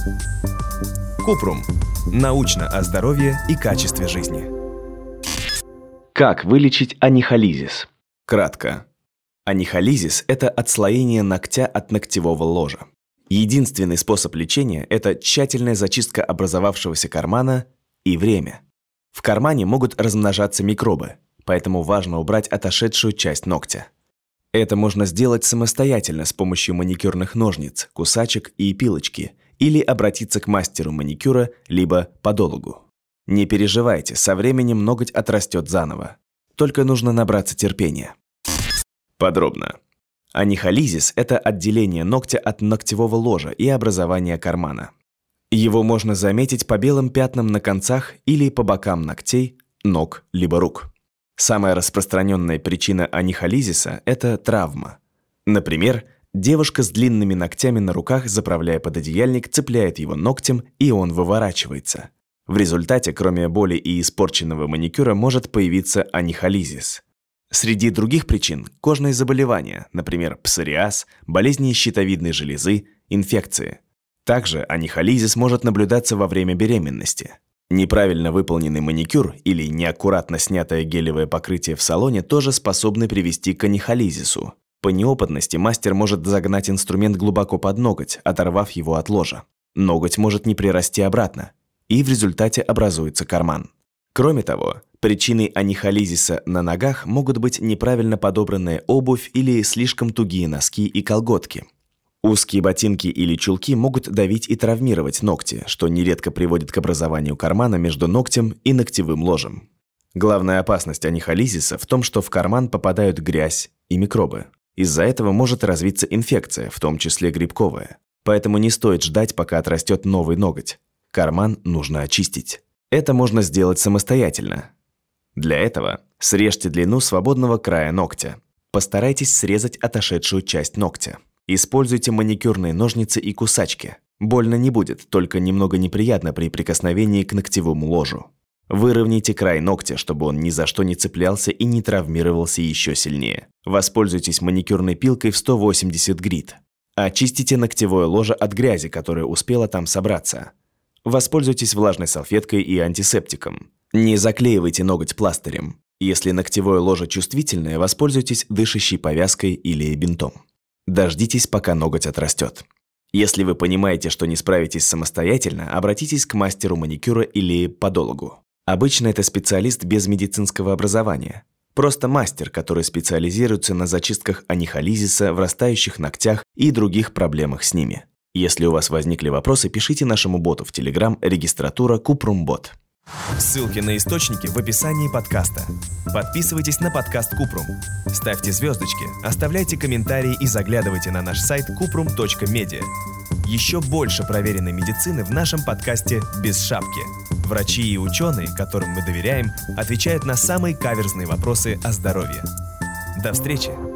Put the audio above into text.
Купрум. Научно о здоровье и качестве жизни. Как вылечить анихолизис? Кратко. Анихолизис – это отслоение ногтя от ногтевого ложа. Единственный способ лечения – это тщательная зачистка образовавшегося кармана и время. В кармане могут размножаться микробы, поэтому важно убрать отошедшую часть ногтя. Это можно сделать самостоятельно с помощью маникюрных ножниц, кусачек и пилочки, или обратиться к мастеру маникюра, либо подологу. Не переживайте, со временем ноготь отрастет заново. Только нужно набраться терпения. Подробно. Анихолизис – это отделение ногтя от ногтевого ложа и образование кармана. Его можно заметить по белым пятнам на концах или по бокам ногтей, ног либо рук. Самая распространенная причина анихолизиса – это травма. Например, девушка с длинными ногтями на руках, заправляя пододеяльник, цепляет его ногтем, и он выворачивается. В результате, кроме боли и испорченного маникюра, может появиться анихолизис. Среди других причин – кожные заболевания, например, псориаз, болезни щитовидной железы, инфекции. Также анихолизис может наблюдаться во время беременности. Неправильно выполненный маникюр или неаккуратно снятое гелевое покрытие в салоне тоже способны привести к анихолизису. По неопытности мастер может загнать инструмент глубоко под ноготь, оторвав его от ложа. Ноготь может не прирасти обратно, и в результате образуется карман. Кроме того, причиной анихолизиса на ногах могут быть неправильно подобранная обувь или слишком тугие носки и колготки. Узкие ботинки или чулки могут давить и травмировать ногти, что нередко приводит к образованию кармана между ногтем и ногтевым ложем. Главная опасность анихолизиса в том, что в карман попадают грязь и микробы. Из-за этого может развиться инфекция, в том числе грибковая. Поэтому не стоит ждать, пока отрастет новый ноготь. Карман нужно очистить. Это можно сделать самостоятельно. Для этого срежьте длину свободного края ногтя. Постарайтесь срезать отошедшую часть ногтя. Используйте маникюрные ножницы и кусачки. Больно не будет, только немного неприятно при прикосновении к ногтевому ложу. Выровняйте край ногтя, чтобы он ни за что не цеплялся и не травмировался еще сильнее. Воспользуйтесь маникюрной пилкой в 180 грит. Очистите ногтевое ложе от грязи, которая успела там собраться. Воспользуйтесь влажной салфеткой и антисептиком. Не заклеивайте ноготь пластырем. Если ногтевое ложе чувствительное, воспользуйтесь дышащей повязкой или бинтом. Дождитесь, пока ноготь отрастет. Если вы понимаете, что не справитесь самостоятельно, обратитесь к мастеру маникюра или подологу. Обычно это специалист без медицинского образования. Просто мастер, который специализируется на зачистках анихолизиса, врастающих ногтях и других проблемах с ними. Если у вас возникли вопросы, пишите нашему боту в Telegram регистратура Купрумбот. Ссылки на источники в описании подкаста. Подписывайтесь на подкаст Купрум. Ставьте звездочки, оставляйте комментарии и заглядывайте на наш сайт kuprum.media. Еще больше проверенной медицины в нашем подкасте «Без шапки». Врачи и ученые, которым мы доверяем, отвечают на самые каверзные вопросы о здоровье. До встречи!